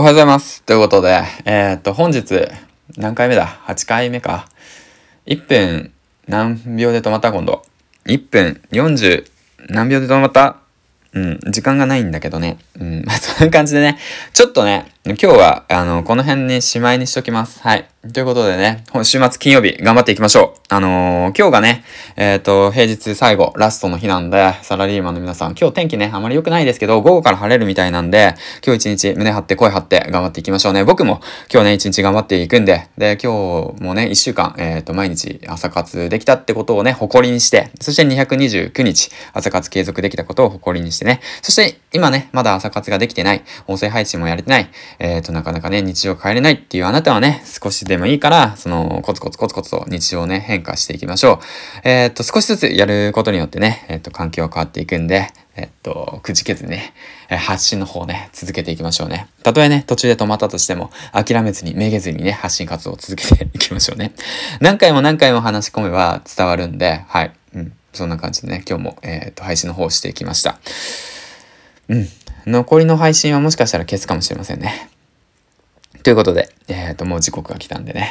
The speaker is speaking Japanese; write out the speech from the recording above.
おはようございます。ということで、本日、何回目だ ?8 回目か。1分何秒で止まった今度。1分40何秒で止まった時間がないんだけどね。そんな感じでね。ちょっとね、今日は、この辺にしまいにしときます。はい。ということでね、週末金曜日頑張っていきましょう。今日がね、平日最後、ラストの日なんで、サラリーマンの皆さん、今日天気ね、あまり良くないですけど、午後から晴れるみたいなんで、今日一日胸張って声張って頑張っていきましょうね。僕も今日ね、一日頑張っていくんで、で、今日もね、1週間、毎日朝活できたってことをね、誇りにして、そして229日、朝活継続できたことを誇りにしてね、そして今ね、まだ朝活ができてない、音声配信もやれてない、なかなかね、日常変えれないっていうあなたはね、少しでもいいから、コツコツと日常をね、変化していきましょう。少しずつやることによってね、環境が変わっていくんで、くじけずにね、発信の方ね、続けていきましょうね。たとえね、途中で止まったとしても、諦めずに、めげずにね、発信活動を続けていきましょうね。何回も話し込めば伝わるんで、はい。そんな感じでね、今日も、配信の方をしていきました。残りの配信はもしかしたら消すかもしれませんね。ということで、もう時刻が来たんでね。